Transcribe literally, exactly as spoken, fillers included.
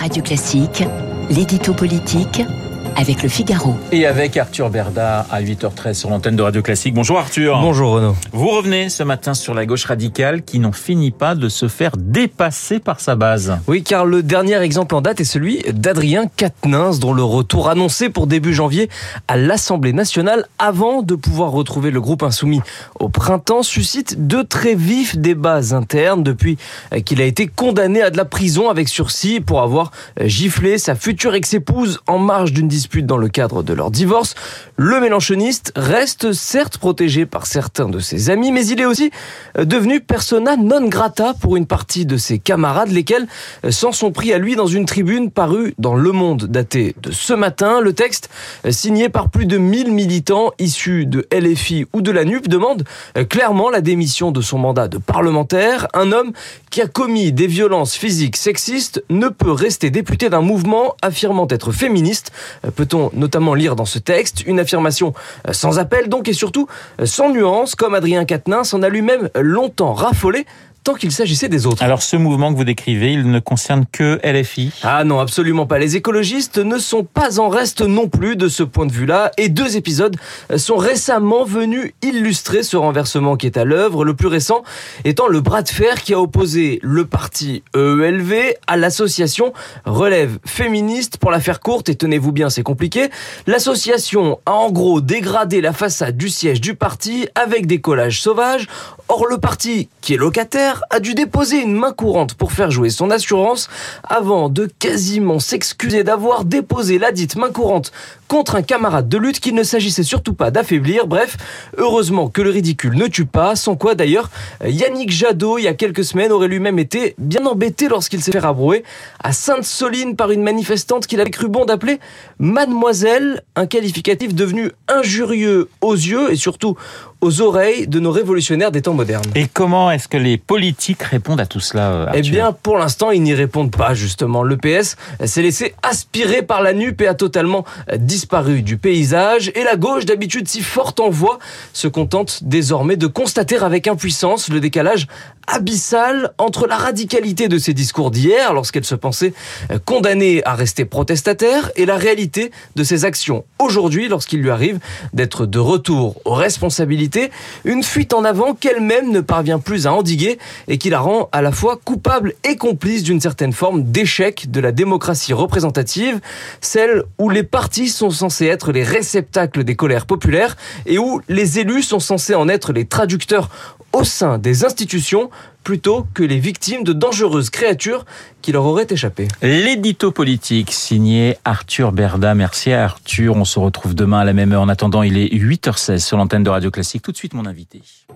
Radio Classique, l'édito politique avec Le Figaro. Et avec Arthur Berda à huit heures treize sur l'antenne de Radio Classique. Bonjour Arthur. Bonjour Renaud. Vous revenez ce matin sur la gauche radicale qui n'en finit pas de se faire dépasser par sa base. Oui, car le dernier exemple en date est celui d'Adrien Quatennens, dont le retour annoncé pour début janvier à l'Assemblée nationale avant de pouvoir retrouver le groupe insoumis au printemps suscite de très vifs débats internes depuis qu'il a été condamné à de la prison avec sursis pour avoir giflé sa future ex-épouse en marge d'une dispute dans le cadre de leur divorce. Le mélenchoniste reste certes protégé par certains de ses amis, mais il est aussi devenu persona non grata pour une partie de ses camarades, lesquels s'en sont pris à lui dans une tribune parue dans Le Monde datée de ce matin. Le texte, signé par plus de mille militants issus de L F I ou de la N U P, demande clairement la démission de son mandat de parlementaire. Un homme qui a commis des violences physiques sexistes ne peut rester député d'un mouvement affirmant être féministe, peut-on notamment lire dans ce texte. Une affirmation sans appel donc, et surtout sans nuance, comme Adrien Quatennens en a lui-même longtemps raffolé, tant qu'il s'agissait des autres. Alors ce mouvement que vous décrivez, il ne concerne que L F I ? Ah non, absolument pas. Les écologistes ne sont pas en reste non plus de ce point de vue-là, et deux épisodes sont récemment venus illustrer ce renversement qui est à l'œuvre. Le plus récent étant le bras de fer qui a opposé le parti E E L V à l'association Relève Féministe. Pour la faire courte, et tenez-vous bien, c'est compliqué, l'association a en gros dégradé la façade du siège du parti avec des collages sauvages. Or, le parti, qui est locataire, a dû déposer une main courante pour faire jouer son assurance avant de quasiment s'excuser d'avoir déposé la dite main courante contre un camarade de lutte qu'il ne s'agissait surtout pas d'affaiblir. Bref, heureusement que le ridicule ne tue pas, sans quoi d'ailleurs Yannick Jadot, il y a quelques semaines, aurait lui-même été bien embêté lorsqu'il s'est fait rabrouer à Sainte-Soline par une manifestante qu'il avait cru bon d'appeler Mademoiselle, un qualificatif devenu injurieux aux yeux et surtout aux oreilles de nos révolutionnaires des temps modernes. Et comment est-ce que les politiques répondent à tout cela, Arthur ? Eh bien, pour l'instant, ils n'y répondent pas, justement. Le P S s'est laissé aspirer par la N U P et a totalement disparu du paysage. Et la gauche, d'habitude si forte en voix, se contente désormais de constater avec impuissance le décalage abyssal entre la radicalité de ses discours d'hier, lorsqu'elle se pensait condamnée à rester protestataire, et la réalité de ses actions aujourd'hui, lorsqu'il lui arrive d'être de retour aux responsabilités. Une fuite en avant qu'elle-même ne parvient plus à endiguer et qui la rend à la fois coupable et complice d'une certaine forme d'échec de la démocratie représentative, celle où les partis sont censés être les réceptacles des colères populaires et où les élus sont censés en être les traducteurs au sein des institutions plutôt que les victimes de dangereuses créatures qui leur auraient échappé. L'édito politique signé Arthur Berda. Merci à Arthur. On se retrouve demain à la même heure. En attendant, il est huit heures seize sur l'antenne de Radio Classique. Tout de suite, mon invité.